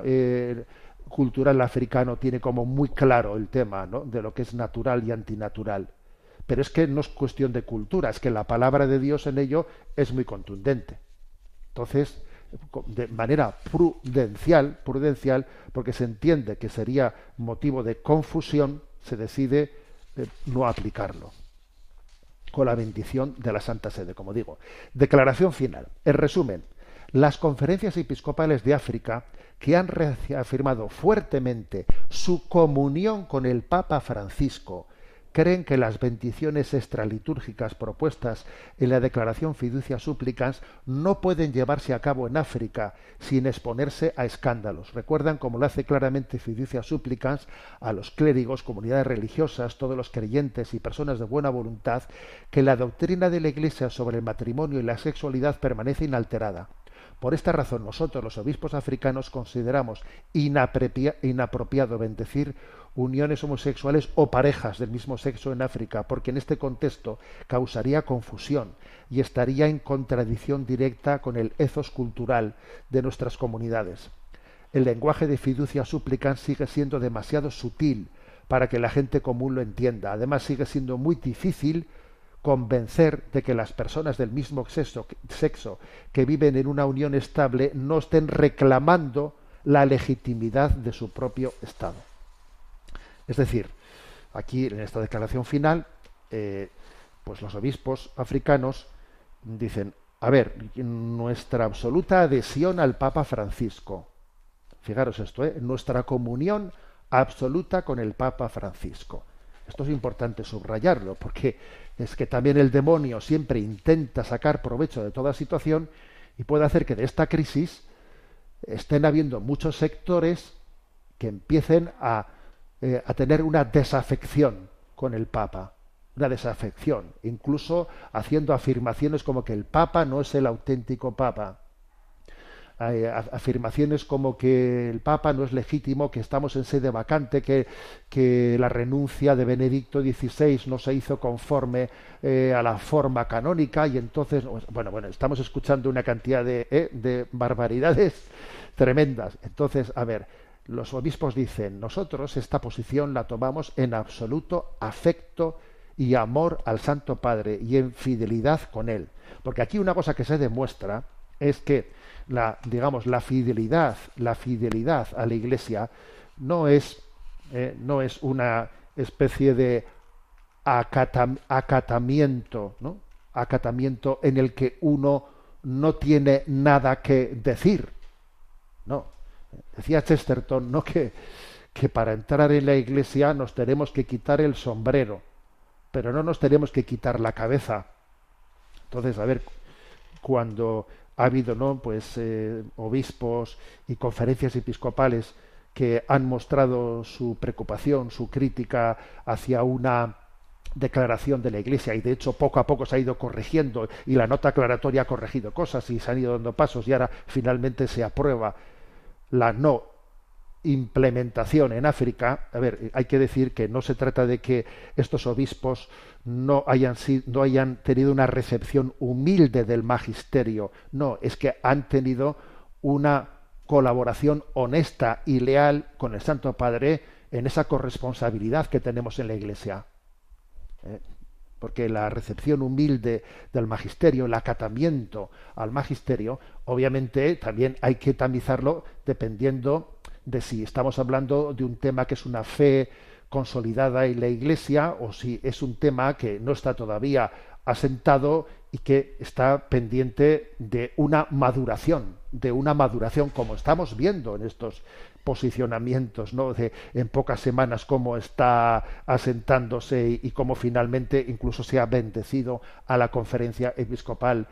cultural africano tiene como muy claro el tema, ¿no?, de lo que es natural y antinatural, pero es que no es cuestión de cultura, es que la palabra de Dios en ello es muy contundente. Entonces, de manera prudencial, porque se entiende que sería motivo de confusión, se decide no aplicarlo, con la bendición de la Santa Sede, como digo. Declaración final. En resumen, las conferencias episcopales de África, que han reafirmado fuertemente su comunión con el Papa Francisco, creen que las bendiciones extralitúrgicas propuestas en la declaración Fiducia Supplicans no pueden llevarse a cabo en África sin exponerse a escándalos. Recuerdan, como lo hace claramente Fiducia Supplicans, a los clérigos, comunidades religiosas, todos los creyentes y personas de buena voluntad, que la doctrina de la Iglesia sobre el matrimonio y la sexualidad permanece inalterada. Por esta razón, nosotros, los obispos africanos, consideramos inapropiado bendecir uniones homosexuales o parejas del mismo sexo en África, porque en este contexto causaría confusión y estaría en contradicción directa con el ethos cultural de nuestras comunidades. El lenguaje de Fiducia Supplicans sigue siendo demasiado sutil para que la gente común lo entienda. Además, sigue siendo muy difícil convencer de que las personas del mismo sexo que viven en una unión estable no estén reclamando la legitimidad de su propio Estado. Es decir, aquí en esta declaración final, pues los obispos africanos dicen, a ver, nuestra absoluta adhesión al Papa Francisco, fijaros esto, nuestra comunión absoluta con el Papa Francisco. Esto es importante subrayarlo, porque es que también el demonio siempre intenta sacar provecho de toda situación y puede hacer que de esta crisis estén habiendo muchos sectores que empiecen a tener una desafección con el Papa, una desafección, incluso haciendo afirmaciones como que el Papa no es el auténtico Papa, afirmaciones como que el Papa no es legítimo, que estamos en sede vacante, que la renuncia de Benedicto XVI no se hizo conforme a la forma canónica, y entonces, bueno, estamos escuchando una cantidad de barbaridades tremendas. Entonces, a ver, los obispos dicen, nosotros esta posición la tomamos en absoluto afecto y amor al Santo Padre y en fidelidad con él, porque aquí una cosa que se demuestra es que la fidelidad a la Iglesia no es una especie de acatamiento, ¿no? Acatamiento en el que uno no tiene nada que decir. No. Decía Chesterton, ¿no?, que para entrar en la Iglesia nos tenemos que quitar el sombrero, pero no nos tenemos que quitar la cabeza. Entonces, a ver, cuando ha habido, ¿no?, pues obispos y conferencias episcopales que han mostrado su preocupación, su crítica hacia una declaración de la Iglesia, y de hecho poco a poco se ha ido corrigiendo, y la nota aclaratoria ha corregido cosas y se han ido dando pasos, y ahora finalmente se aprueba la no implementación en África. A ver, hay que decir que no se trata de que estos obispos no hayan tenido una recepción humilde del magisterio, no, es que han tenido una colaboración honesta y leal con el Santo Padre en esa corresponsabilidad que tenemos en la Iglesia. Porque la recepción humilde del magisterio, el acatamiento al magisterio, obviamente también hay que tamizarlo dependiendo de si estamos hablando de un tema que es una fe consolidada en la Iglesia, o si es un tema que no está todavía asentado y que está pendiente de una maduración, como estamos viendo en estos posicionamientos, ¿no?, en pocas semanas, cómo está asentándose y cómo finalmente incluso se ha bendecido a la conferencia episcopal,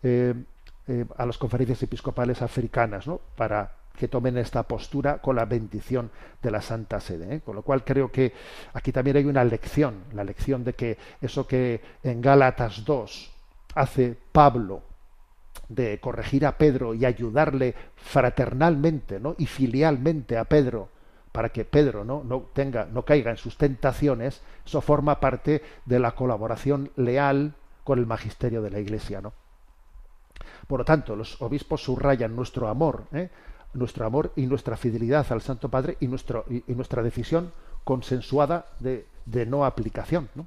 a las conferencias episcopales africanas, ¿no?, para que tomen esta postura con la bendición de la Santa Sede, Con lo cual creo que aquí también hay una lección, la lección de que eso que en Gálatas 2 hace Pablo, de corregir a Pedro y ayudarle fraternalmente, ¿no?, y filialmente a Pedro, para que Pedro no caiga en sus tentaciones, eso forma parte de la colaboración leal con el magisterio de la Iglesia, ¿no? Por lo tanto, los obispos subrayan nuestro amor y nuestra fidelidad al Santo Padre, y nuestra decisión consensuada de no aplicación, ¿no?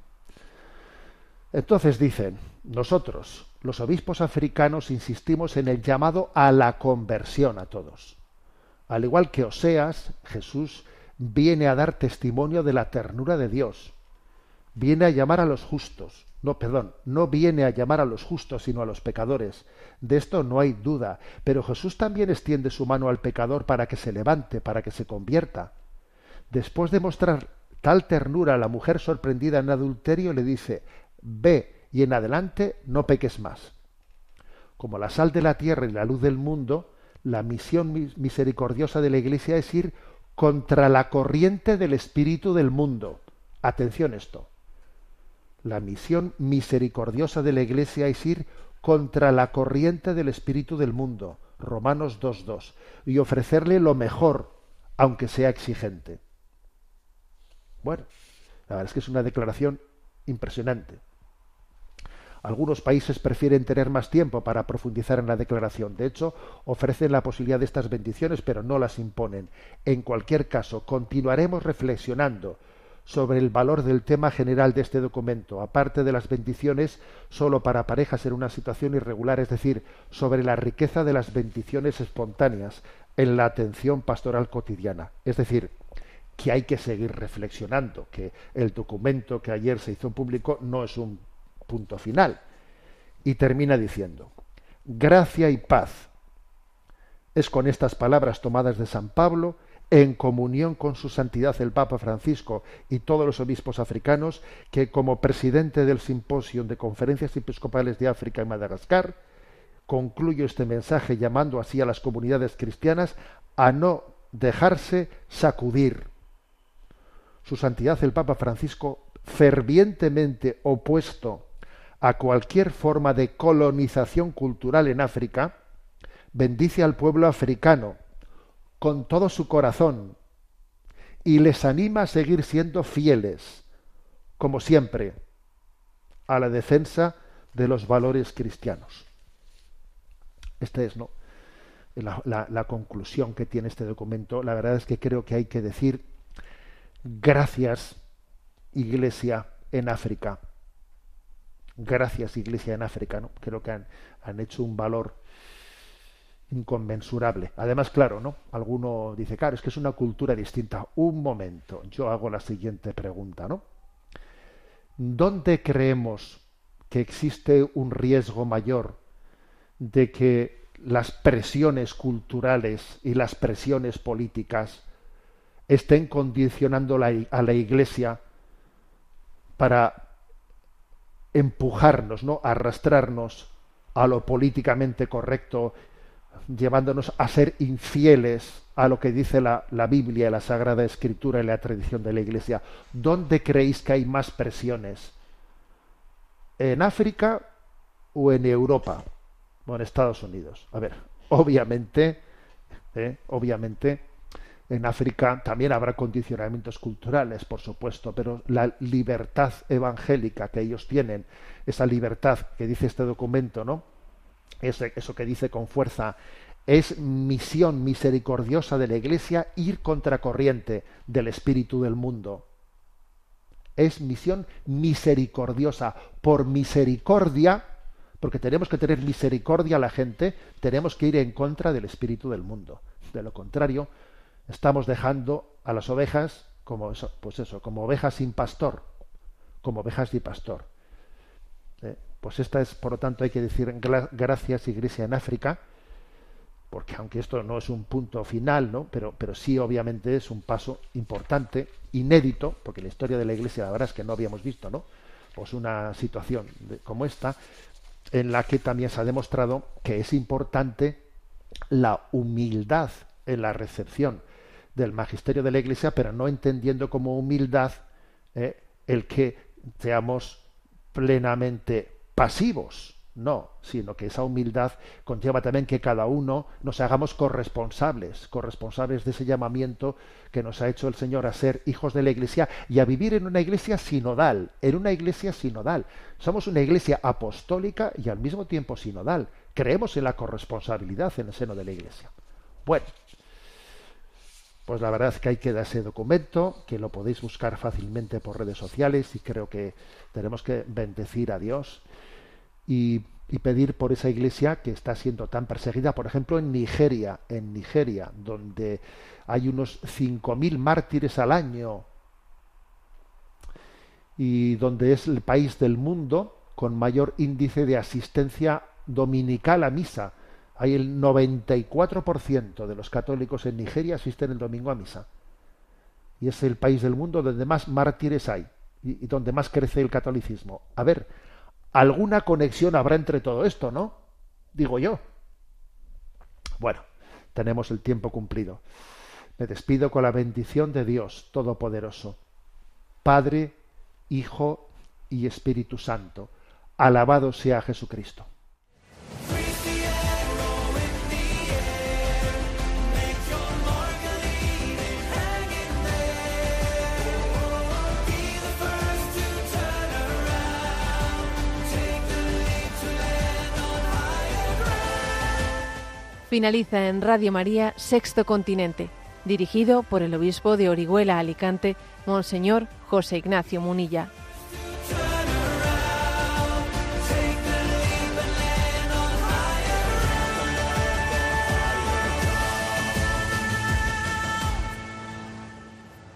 Entonces dicen: nosotros, los obispos africanos, insistimos en el llamado a la conversión a todos. Al igual que Oseas, Jesús viene a dar testimonio de la ternura de Dios. Viene a llamar a los justos. No viene a llamar a los justos, sino a los pecadores. De esto no hay duda. Pero Jesús también extiende su mano al pecador para que se levante, para que se convierta. Después de mostrar tal ternura a la mujer sorprendida en adulterio, le dice: ve y en adelante no peques más. Como la sal de la tierra y la luz del mundo, la misión misericordiosa de la Iglesia es ir contra la corriente del espíritu del mundo. Atención esto. La misión misericordiosa de la Iglesia es ir contra la corriente del espíritu del mundo. Romanos 2:2. Y ofrecerle lo mejor, aunque sea exigente. Bueno, la verdad es que es una declaración impresionante. Algunos países prefieren tener más tiempo para profundizar en la declaración. De hecho, ofrecen la posibilidad de estas bendiciones, pero no las imponen. En cualquier caso, continuaremos reflexionando sobre el valor del tema general de este documento, aparte de las bendiciones solo para parejas en una situación irregular, es decir, sobre la riqueza de las bendiciones espontáneas en la atención pastoral cotidiana. Es decir, que hay que seguir reflexionando, que el documento que ayer se hizo público no es un punto final. Y termina diciendo: gracia y paz. Es con estas palabras tomadas de San Pablo, en comunión con su santidad el Papa Francisco y todos los obispos africanos, que como presidente del Simposio de Conferencias Episcopales de África y Madagascar, concluyo este mensaje llamando así a las comunidades cristianas a no dejarse sacudir. Su santidad el Papa Francisco, fervientemente opuesto a cualquier forma de colonización cultural en África, bendice al pueblo africano con todo su corazón y les anima a seguir siendo fieles, como siempre, a la defensa de los valores cristianos. Esta es la conclusión que tiene este documento. La verdad es que creo que hay que decir gracias, Iglesia en África. Gracias, Iglesia en África, ¿no? Creo que han hecho un valor inconmensurable. Además, claro, ¿no? Alguno dice, claro, es que es una cultura distinta. Un momento, yo hago la siguiente pregunta, ¿no? ¿Dónde creemos que existe un riesgo mayor de que las presiones culturales y las presiones políticas estén condicionando a la Iglesia para empujarnos, ¿no?, arrastrarnos a lo políticamente correcto, llevándonos a ser infieles a lo que dice la Biblia, la Sagrada Escritura y la tradición de la Iglesia. ¿Dónde creéis que hay más presiones? ¿En África o en Europa? O en Estados Unidos. A ver, obviamente, en África también habrá condicionamientos culturales, por supuesto, pero la libertad evangélica que ellos tienen, esa libertad que dice este documento, ¿no? Eso que dice con fuerza, es misión misericordiosa de la Iglesia ir contracorriente del espíritu del mundo. Es misión misericordiosa. Por misericordia, porque tenemos que tener misericordia a la gente, tenemos que ir en contra del espíritu del mundo. De lo contrario, estamos dejando a las ovejas como ovejas sin pastor, como ovejas sin pastor. Pues esta es, por lo tanto, hay que decir gracias, Iglesia en África, porque aunque esto no es un punto final, ¿no? pero sí obviamente es un paso importante, inédito, porque la historia de la Iglesia la verdad es que no habíamos visto, ¿no? Pues una situación como esta, en la que también se ha demostrado que es importante la humildad en la recepción del magisterio de la Iglesia, pero no entendiendo como humildad el que seamos plenamente pasivos, no, sino que esa humildad conlleva también que cada uno nos hagamos corresponsables de ese llamamiento que nos ha hecho el Señor a ser hijos de la Iglesia y a vivir en una iglesia sinodal, Somos una iglesia apostólica y al mismo tiempo sinodal. Creemos en la corresponsabilidad en el seno de la Iglesia. Bueno, pues la verdad es que ahí queda ese documento, que lo podéis buscar fácilmente por redes sociales, y creo que tenemos que bendecir a Dios y pedir por esa iglesia que está siendo tan perseguida, por ejemplo en Nigeria, donde hay unos 5.000 mártires al año y donde es el país del mundo con mayor índice de asistencia dominical a misa. Hay el 94% de los católicos en Nigeria asisten el domingo a misa. Y es el país del mundo donde más mártires hay y donde más crece el catolicismo. A ver, alguna conexión habrá entre todo esto, ¿no? Digo yo. Bueno, tenemos el tiempo cumplido. Me despido con la bendición de Dios Todopoderoso, Padre, Hijo y Espíritu Santo. Alabado sea Jesucristo. Finaliza en Radio María Sexto Continente, dirigido por el obispo de Orihuela, Alicante, Monseñor José Ignacio Munilla.